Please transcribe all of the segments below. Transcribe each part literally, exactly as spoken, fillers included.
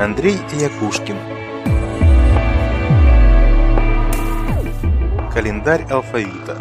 Андрей Якушкин. Календарь алфавита.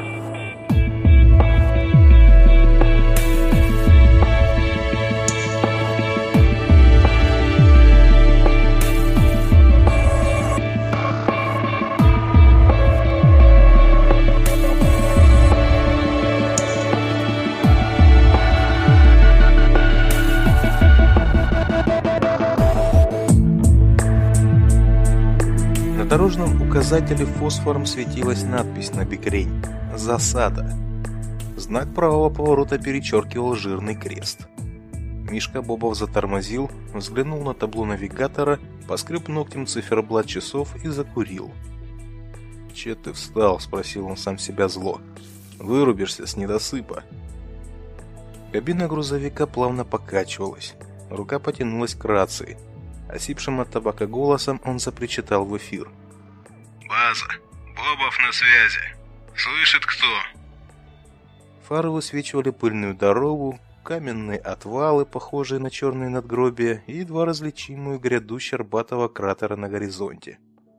На дорожном указателе фосфором светилась надпись на бикрень «Засада». Знак правого поворота перечеркивал жирный крест. Мишка Бобов затормозил, взглянул на табло навигатора, поскреб ногтем циферблат часов и закурил. «Че ты встал?» – спросил он сам себя зло. «Вырубишься с недосыпа». Кабина грузовика плавно покачивалась. Рука потянулась к рации. Осипшим от табака голосом он запричитал в эфир. «База, Бобов на связи. Слышит кто?» Фары высвечивали пыльную дорогу, каменные отвалы, похожие на черные надгробия, и едва различимую гряду щербатого кратера на горизонте.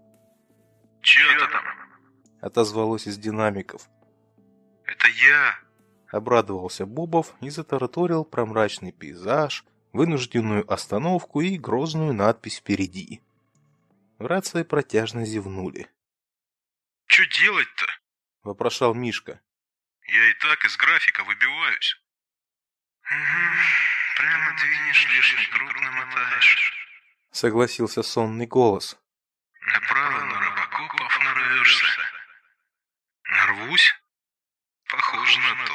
«Чё-то там?» — отозвалось из динамиков. «Это я!» — обрадовался Бобов и затараторил про мрачный пейзаж, вынужденную остановку и грозную надпись впереди. В рации протяжно зевнули. «Чё делать-то?» — вопрошал Мишка. «Я и так из графика выбиваюсь». «Угу, прямо двинешь, лишний круг намотаешь», — согласился сонный голос. «Направо на робокопов нарвешься». «Нарвусь? Похоже на то.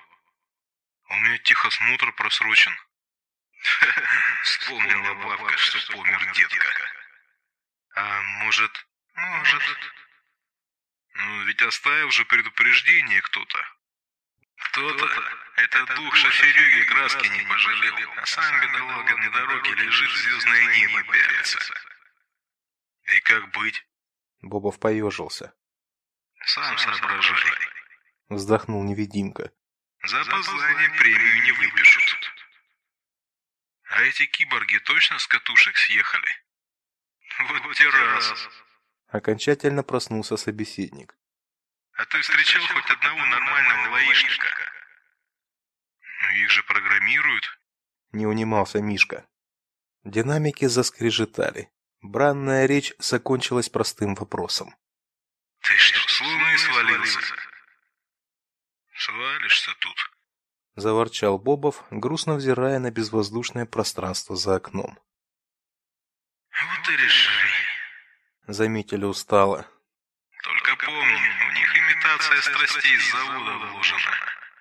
У меня техосмотр просрочен». Вспомнила бабка, что помер детка. А может... Может... Ну, ведь оставил же предупреждение кто-то. Кто-то? Это дух шоферюги краски не пожалел, а сам бедолага на дороге лежит, в звездное небо пялится. И как быть? Бобов поежился. Сам соображай. Вздохнул невидимка. За опоздание премию не выпишут. А эти киборги точно с катушек съехали? Вот те раз. Окончательно проснулся собеседник. А ты встречал хоть одного нормального лаишника? Ну их же программируют. Не унимался Мишка. Динамики заскрежетали. Бранная речь закончилась простым вопросом. Ты что, с луны свалился? Свалишься тут. Заворчал Бобов, грустно взирая на безвоздушное пространство за окном. Вот и решай. Заметили устало. Только помни, у них имитация страстей с завода вложена.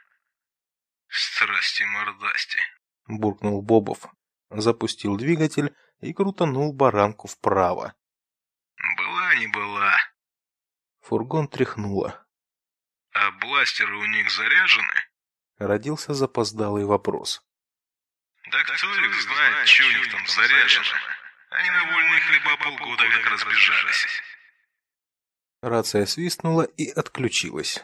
Страсти-мордасти. Буркнул Бобов, запустил двигатель и крутанул баранку вправо. Была не была. Фургон тряхнуло. А бластеры у них заряжены? Родился запоздалый вопрос. Да кто их знает, что у них там заряжено? Они на вольные хлеба полгода как разбежались. Рация свистнула и отключилась.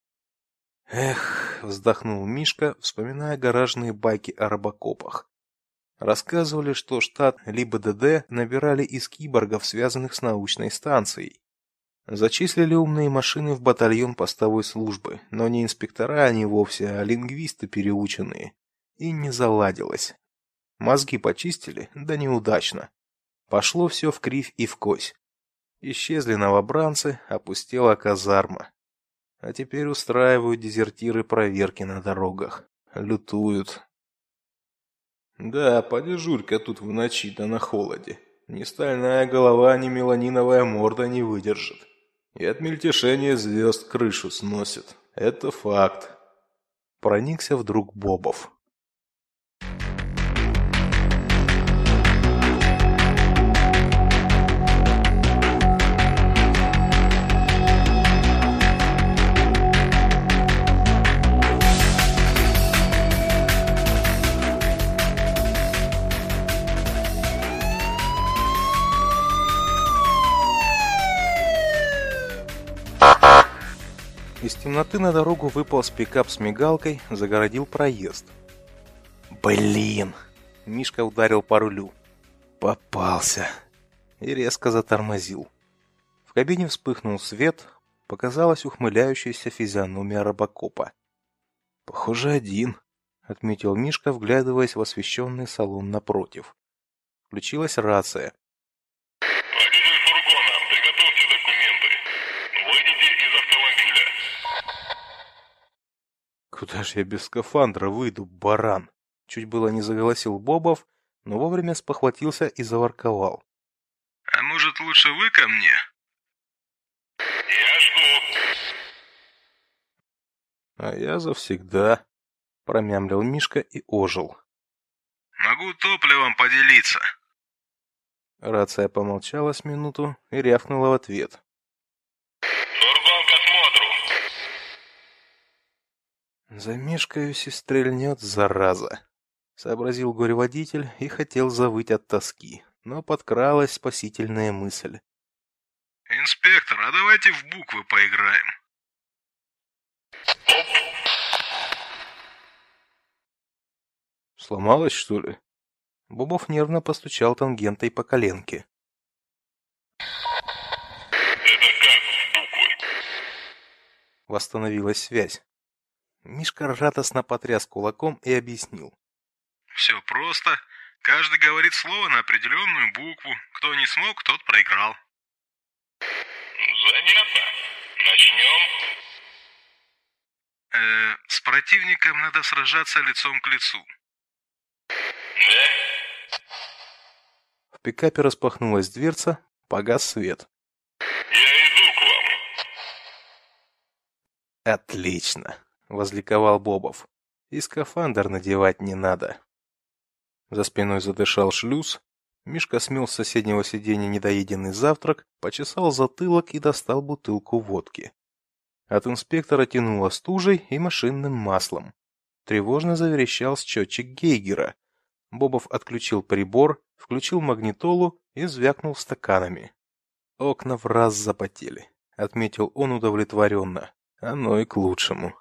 Эх, вздохнул Мишка, вспоминая гаражные байки о робокопах. Рассказывали, что штат либо ДД набирали из киборгов, связанных с научной станцией. Зачислили умные машины в батальон постовой службы, но не инспектора они вовсе, а лингвисты переученные. И не заладилось. Мозги почистили, да неудачно. Пошло все вкривь и вкось. Исчезли новобранцы, опустела казарма. А теперь устраивают дезертиры проверки на дорогах. Лютуют. Да, подежурь-ка тут в ночи да на холоде. Ни стальная голова, ни меланиновая морда не выдержит. И от мельтешения звезд крышу сносит. Это факт. Проникся вдруг Бобов. Из темноты на дорогу выполз пикап с мигалкой, загородил проезд. Блин! Мишка ударил по рулю. Попался. И резко затормозил. В кабине вспыхнул свет, показалась ухмыляющаяся физиономия робокопа. «Похоже, один», — отметил Мишка, вглядываясь в освещенный салон напротив. Включилась рация. «Водитель фургона, приготовьте документы. Выйдите из автомобиля». «Куда ж я без скафандра выйду, баран?» Чуть было не заголосил Бобов, но вовремя спохватился и заворковал. «А может, лучше вы ко мне?» «Я жду». «А я завсегда», — промямлил Мишка и ожил. «Могу топливом поделиться». Рация помолчала с минуту и рявкнула в ответ. «Фургон к осмотру». «Замешкаюсь и стрельнет, зараза», — сообразил горе-водитель и хотел завыть от тоски, но подкралась спасительная мысль. «Инспектор, а давайте в буквы поиграем». «Сломалось, что ли?» Бобов нервно постучал тангентой по коленке. «Это как в буквы?» Восстановилась связь. Мишка радостно потряс кулаком и объяснил. «Все просто. Каждый говорит слово на определенную букву. Кто не смог, тот проиграл». «Занятно. Начнем». Э, с противником надо сражаться лицом к лицу. Да? В пикапе распахнулась дверца, погас свет. Я иду к вам. «Отлично!» — возликовал Бобов. «И скафандр надевать не надо». За спиной задышал шлюз. Мишка смел с соседнего сиденья недоеденный завтрак, почесал затылок и достал бутылку водки. От инспектора тянуло стужей и машинным маслом. Тревожно заверещал счетчик Гейгера. Бобов отключил прибор, включил магнитолу и звякнул стаканами. «Окна в раз запотели», — отметил он удовлетворенно. «Оно и к лучшему».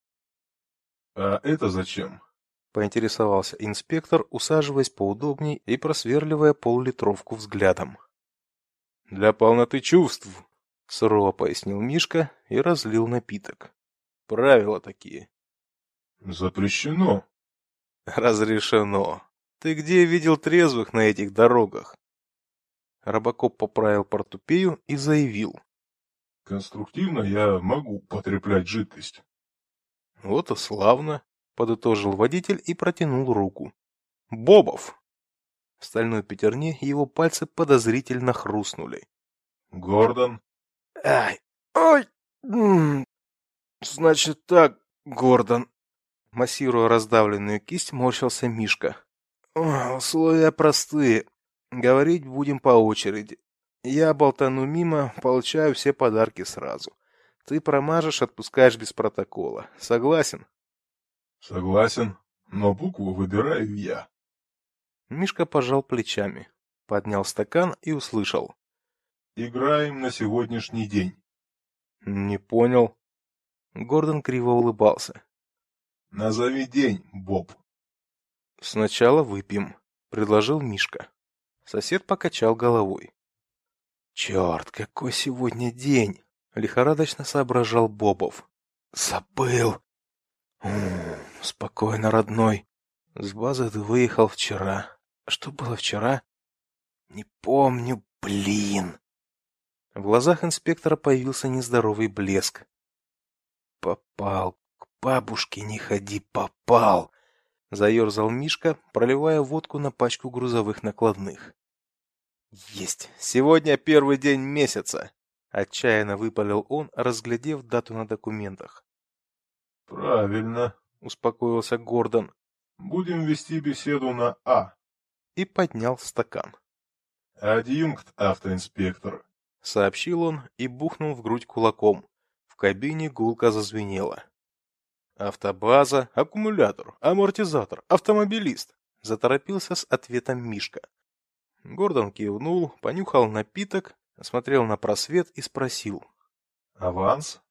«А это зачем?» — поинтересовался инспектор, усаживаясь поудобней и просверливая поллитровку взглядом. «Для полноты чувств», — сурово пояснил Мишка и разлил напиток. «Правила такие». «Запрещено». «Разрешено. Ты где видел трезвых на этих дорогах?» Робокоп поправил портупею и заявил. «Конструктивно я могу потреблять жидкость». «Вот и славно», — подытожил водитель и протянул руку. «Бобов!» В стальной пятерне его пальцы подозрительно хрустнули. «Гордон?» «Ай! Ой! М-м, значит так, Гордон!» Массируя раздавленную кисть, морщился Мишка. «Условия простые. Говорить будем по очереди. Я болтану мимо, получаю все подарки сразу. Ты промажешь, отпускаешь без протокола. Согласен?» «Согласен, но букву выбираю я». Мишка пожал плечами, поднял стакан и услышал. «Играем на сегодняшний день». «Не понял». Гордон криво улыбался. «Назови день, Боб». «Сначала выпьем», — предложил Мишка. Сосед покачал головой. «Черт, какой сегодня день!» — лихорадочно соображал Бобов. «Забыл. М-м, спокойно, родной. С базы ты выехал вчера. Что было вчера? Не помню, блин». В глазах инспектора появился нездоровый блеск. «Попал. К бабушке не ходи, попал!» — заерзал Мишка, проливая водку на пачку грузовых накладных. «Есть! Сегодня первый день месяца!» — отчаянно выпалил он, разглядев дату на документах. «Правильно», — успокоился Гордон. «Будем вести беседу на «А». И поднял стакан. «Адъюнкт, автоинспектор», — сообщил он и бухнул в грудь кулаком. В кабине гулко зазвенело. «Автобаза, аккумулятор, амортизатор, автомобилист!» — заторопился с ответом Мишка. Гордон кивнул, понюхал напиток, осмотрел на просвет и спросил. «Аванс?»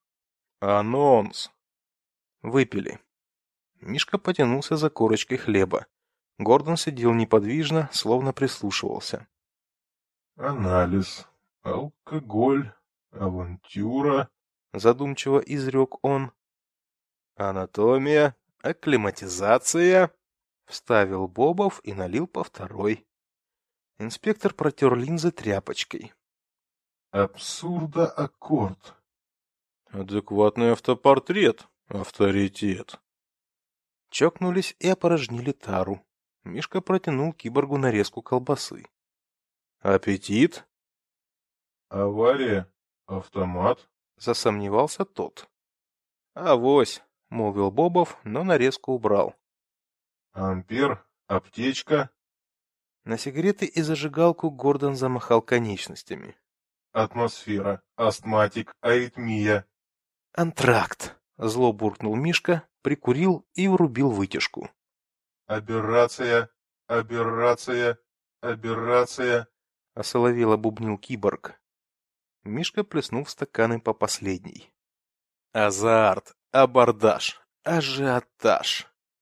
«Анонс!» Выпили. Мишка потянулся за корочкой хлеба. Гордон сидел неподвижно, словно прислушивался. Анализ. Алкоголь. Авантюра. Задумчиво изрек он. Анатомия. Акклиматизация. Вставил Бобов и налил по второй. Инспектор протер линзы тряпочкой. Абсурда-аккорд. Адекватный автопортрет. Авторитет. Чокнулись и опорожнили тару. Мишка протянул киборгу нарезку колбасы. Аппетит? Авария. Автомат. Засомневался тот. Авось, молвил Бобов, но нарезку убрал. Ампер. Аптечка. На сигареты и зажигалку Гордон замахал конечностями. Атмосфера. Астматик. Аритмия. Антракт. Зло буркнул Мишка, прикурил и врубил вытяжку. Аберрация. Аберрация. Аберрация. Осоловело бубнил киборг. Мишка плеснул в стаканы по последней. Азарт, абордаж, ажиотаж.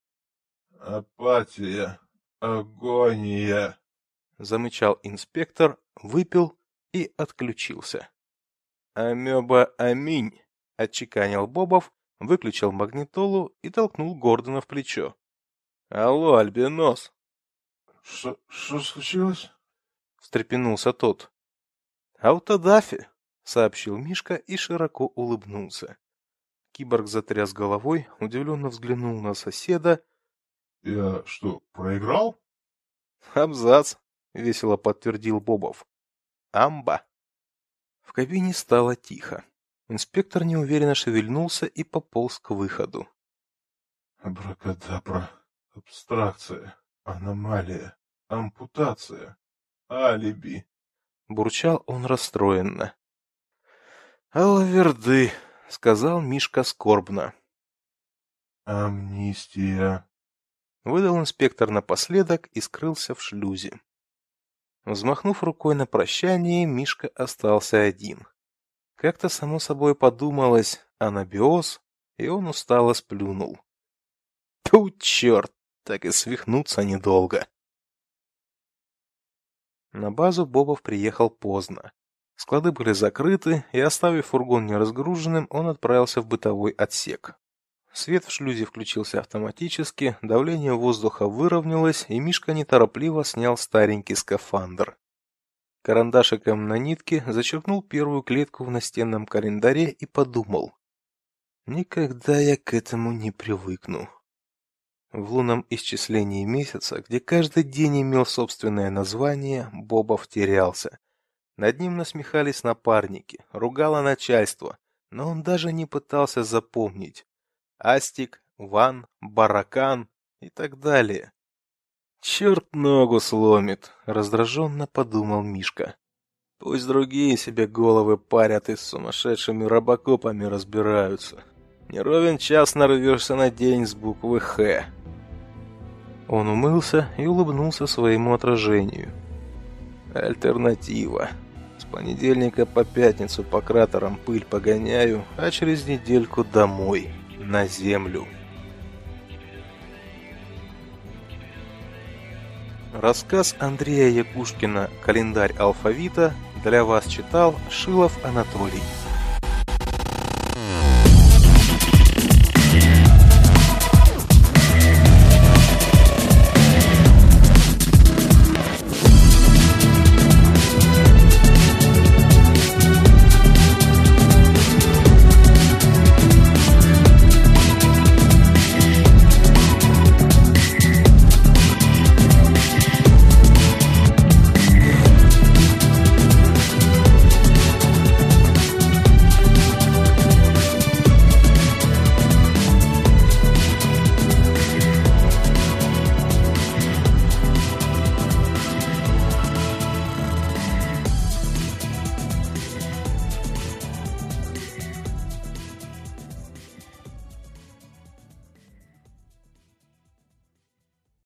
Апатия. Агония. Замычал инспектор, выпил и отключился. Амеба аминь, отчеканил Бобов, выключил магнитолу и толкнул Гордона в плечо. Алло, альбинос. Что случилось? Встрепенулся тот. Аутодафи, сообщил Мишка и широко улыбнулся. Киборг затряс головой, удивленно взглянул на соседа. Я что, проиграл? Абзац, весело подтвердил Бобов. Амба. В кабине стало тихо. Инспектор неуверенно шевельнулся и пополз к выходу. Абракадабра. Абстракция. Аномалия. Ампутация. Алиби. Бурчал он расстроенно. «Алаверды», — сказал Мишка скорбно. Амнистия. Выдал инспектор напоследок и скрылся в шлюзе. Взмахнув рукой на прощание, Мишка остался один. Как-то само собой подумалось анабиоз, и он устало сплюнул. Тьфу, черт, так и свихнуться недолго. На базу Бобов приехал поздно. Склады были закрыты, и, оставив фургон неразгруженным, он отправился в бытовой отсек. Свет в шлюзе включился автоматически, давление воздуха выровнялось, и Мишка неторопливо снял старенький скафандр. Карандашиком на нитке зачеркнул первую клетку в настенном календаре и подумал. Никогда я к этому не привыкну. В лунном исчислении месяца, где каждый день имел собственное название, Бобов терялся. Над ним насмехались напарники, ругало начальство, но он даже не пытался запомнить. Астик, Ван, Баракан и так далее. «Черт ногу сломит», — раздраженно подумал Мишка. «Пусть другие себе головы парят и с сумасшедшими робокопами разбираются. Не ровен час нарвешься на день с буквы «Х». Он умылся и улыбнулся своему отражению. Альтернатива. С понедельника по пятницу по кратерам пыль погоняю, а через недельку домой, на землю. Рассказ Андрея Якушкина «Календарь алфавита» для вас читал Шилов Анатолий.